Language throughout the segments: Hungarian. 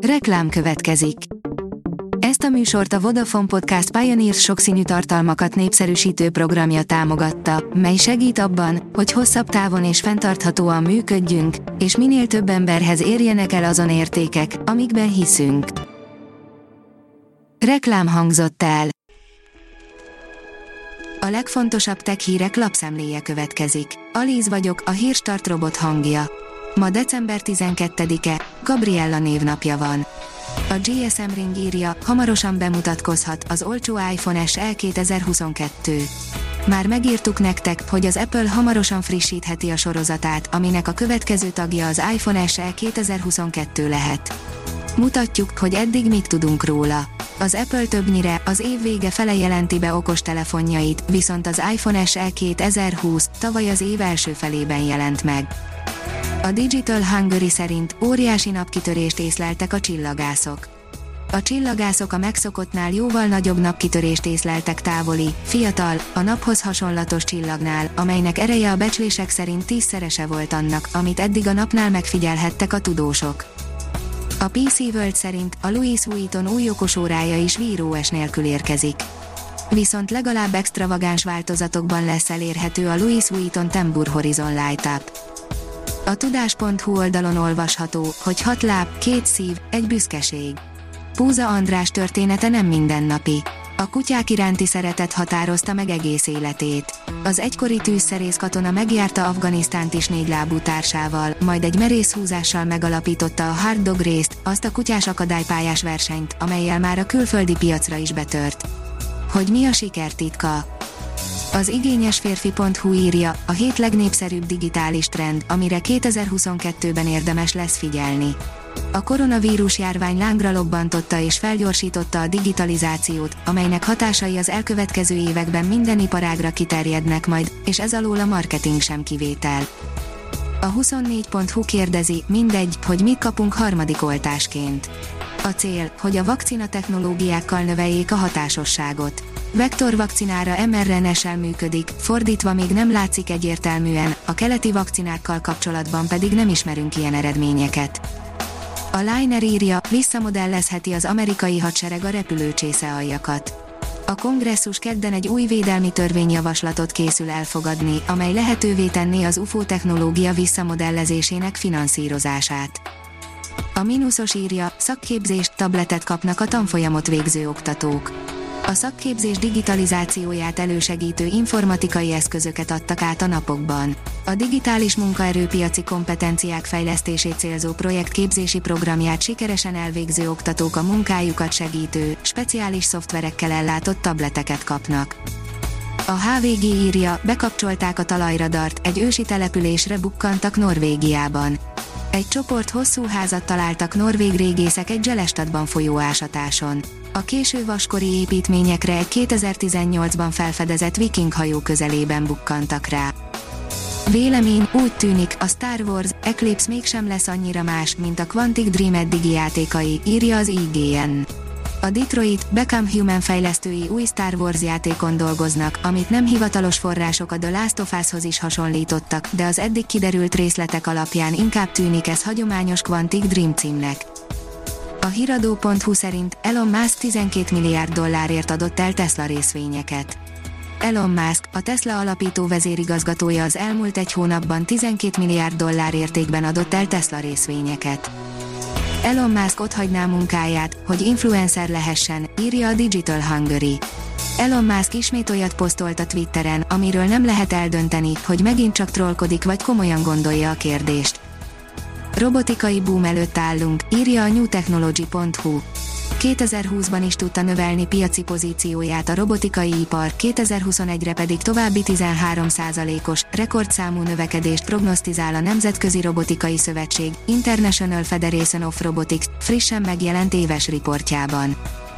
Reklám következik. Ezt a műsort a Vodafone Podcast Pioneers sokszínű tartalmakat népszerűsítő programja támogatta, mely segít abban, hogy hosszabb távon és fenntarthatóan működjünk, és minél több emberhez érjenek el azon értékek, amikben hiszünk. Reklám hangzott el. A legfontosabb tech hírek lapszemléje következik. Alíz vagyok, a Hírstart robot hangja. Ma december 12-e, Gabriella névnapja van. A GSM Ring írja, hamarosan bemutatkozhat az olcsó iPhone SE 2022. Már megírtuk nektek, hogy az Apple hamarosan frissítheti a sorozatát, aminek a következő tagja az iPhone SE 2022 lehet. Mutatjuk, hogy eddig mit tudunk róla. Az Apple többnyire az év vége fele jelenti be okostelefonjait, viszont az iPhone SE 2020 tavaly az év első felében jelent meg. A Digital Hungary szerint óriási napkitörést észleltek a csillagászok. A csillagászok a megszokottnál jóval nagyobb napkitörést észleltek távoli, fiatal, a naphoz hasonlatos csillagnál, amelynek ereje a becslések szerint 10-szerese volt annak, amit eddig a napnál megfigyelhettek a tudósok. A PC World szerint a Louis Vuitton új okosórája is Wear OS nélkül érkezik. Viszont legalább extravagáns változatokban lesz elérhető a Louis Vuitton Tembour Horizon Light-up. A tudás.hu oldalon olvasható, hogy 6 láb, 2 szív, egy büszkeség. Púza András története nem mindennapi. A kutyák iránti szeretet határozta meg egész életét. Az egykori tűzszerész katona megjárta Afganisztánt is 4 lábú társával, majd egy merész húzással megalapította a Hard Dog Race-t, azt a kutyás akadálypályás versenyt, amellyel már a külföldi piacra is betört. Hogy mi a siker titka? Az igényesférfi.hu írja, a 7 legnépszerűbb digitális trend, amire 2022-ben érdemes lesz figyelni. A koronavírus járvány lángra lobbantotta és felgyorsította a digitalizációt, amelynek hatásai az elkövetkező években minden iparágra kiterjednek majd, és ez alól a marketing sem kivétel. A 24.hu kérdezi, mindegy, hogy mit kapunk harmadik oltásként. A cél, hogy a vakcina technológiákkal növeljék a hatásosságot. Vektorvakcinára mRNA-sel működik, fordítva még nem látszik egyértelműen, a keleti vakcinákkal kapcsolatban pedig nem ismerünk ilyen eredményeket. A Liner írja, visszamodellezheti az amerikai hadsereg a repülőcsészealjakat. A kongresszus kedden egy új védelmi törvényjavaslatot készül elfogadni, amely lehetővé tenné az UFO technológia visszamodellezésének finanszírozását. A mínuszos írja, szakképzést, tabletet kapnak a tanfolyamot végző oktatók. A szakképzés digitalizációját elősegítő informatikai eszközöket adtak át a napokban. A digitális munkaerőpiaci kompetenciák fejlesztését célzó projektképzési programját sikeresen elvégző oktatók a munkájukat segítő, speciális szoftverekkel ellátott tableteket kapnak. A HVG írja, bekapcsolták a talajradart, egy ősi településre bukkantak Norvégiában. Egy csoport hosszú házat találtak norvég régészek egy Zselestadban folyó ásatáson. A késő vaskori építményekre egy 2018-ban felfedezett viking hajó közelében bukkantak rá. Vélemény, úgy tűnik, a Star Wars Eclipse mégsem lesz annyira más, mint a Quantic Dream eddigi játékai, írja az IGN. A Detroit Become Human fejlesztői új Star Wars játékon dolgoznak, amit nem hivatalos források a The Last of Us-hoz is hasonlítottak, de az eddig kiderült részletek alapján inkább tűnik ez hagyományos Quantic Dream címnek. A hiradó.hu szerint Elon Musk 12 milliárd dollárért adott el Tesla részvényeket. Elon Musk, a Tesla alapító vezérigazgatója az elmúlt egy hónapban 12 milliárd dollár értékben adott el Tesla részvényeket. Elon Musk otthagyná munkáját, hogy influencer lehessen, írja a Digital Hungary. Elon Musk ismét olyat posztolt a Twitteren, amiről nem lehet eldönteni, hogy megint csak trollkodik vagy komolyan gondolja a kérdést. Robotikai boom előtt állunk, írja a newtechnology.hu. 2020-ban is tudta növelni piaci pozícióját a robotikai ipar, 2021-re pedig további 13%-os, rekordszámú növekedést prognosztizál a Nemzetközi Robotikai Szövetség, International Federation of Robotics, frissen megjelent éves riportjában.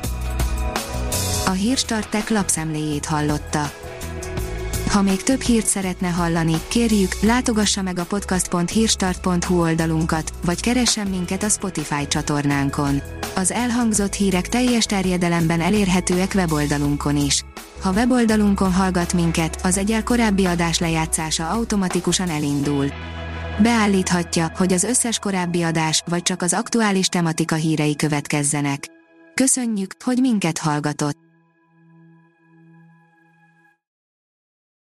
A Hírstart Tech lapszemléjét hallotta. Ha még több hírt szeretne hallani, kérjük, látogassa meg a podcast.hírstart.hu oldalunkat, vagy keressen minket a Spotify csatornánkon. Az elhangzott hírek teljes terjedelemben elérhetőek weboldalunkon is. Ha weboldalunkon hallgat minket, az egyel korábbi adás lejátszása automatikusan elindul. Beállíthatja, hogy az összes korábbi adás, vagy csak az aktuális tematika hírei következzenek. Köszönjük, hogy minket hallgatott!